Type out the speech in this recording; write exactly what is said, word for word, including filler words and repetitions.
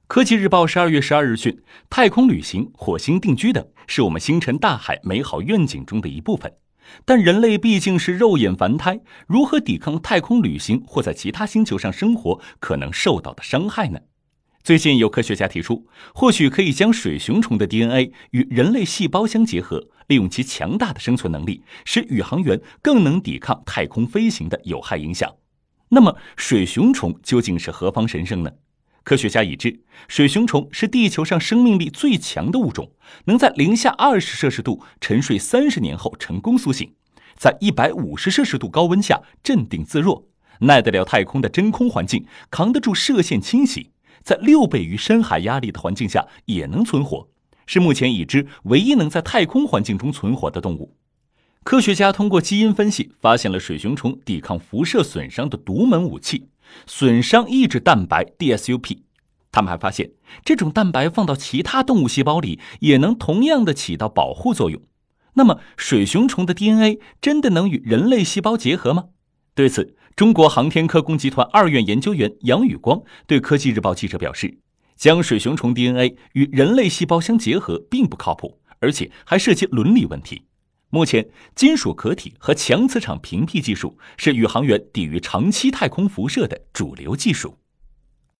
科技日报十二月十二日讯，太空旅行、火星定居等是我们星辰大海美好愿景中的一部分。但人类毕竟是肉眼凡胎，如何抵抗太空旅行或在其他星球上生活可能受到的伤害呢？最近有科学家提出，或许可以将水熊虫的 D N A 与人类细胞相结合，利用其强大的生存能力，使宇航员更能抵抗太空飞行的有害影响。那么，水熊虫究竟是何方神圣呢？科学家已知，水熊虫是地球上生命力最强的物种，能在零下二十摄氏度沉睡三十年后成功苏醒，在一百五十摄氏度高温下镇定自若，耐得了太空的真空环境，扛得住射线侵袭，在六倍于深海压力的环境下也能存活，是目前已知唯一能在太空环境中存活的动物。科学家通过基因分析，发现了水熊虫抵抗辐射损伤的独门武器——损伤抑制蛋白 D S U P。他们还发现，这种蛋白放到其他动物细胞里，也能同样的起到保护作用。那么，水熊虫的 D N A 真的能与人类细胞结合吗？对此，中国航天科工集团二院研究员杨宇光对科技日报记者表示，将水熊虫 D N A 与人类细胞相结合并不靠谱，而且还涉及伦理问题。目前，金属壳体和强磁场屏蔽技术是宇航员抵御长期太空辐射的主流技术。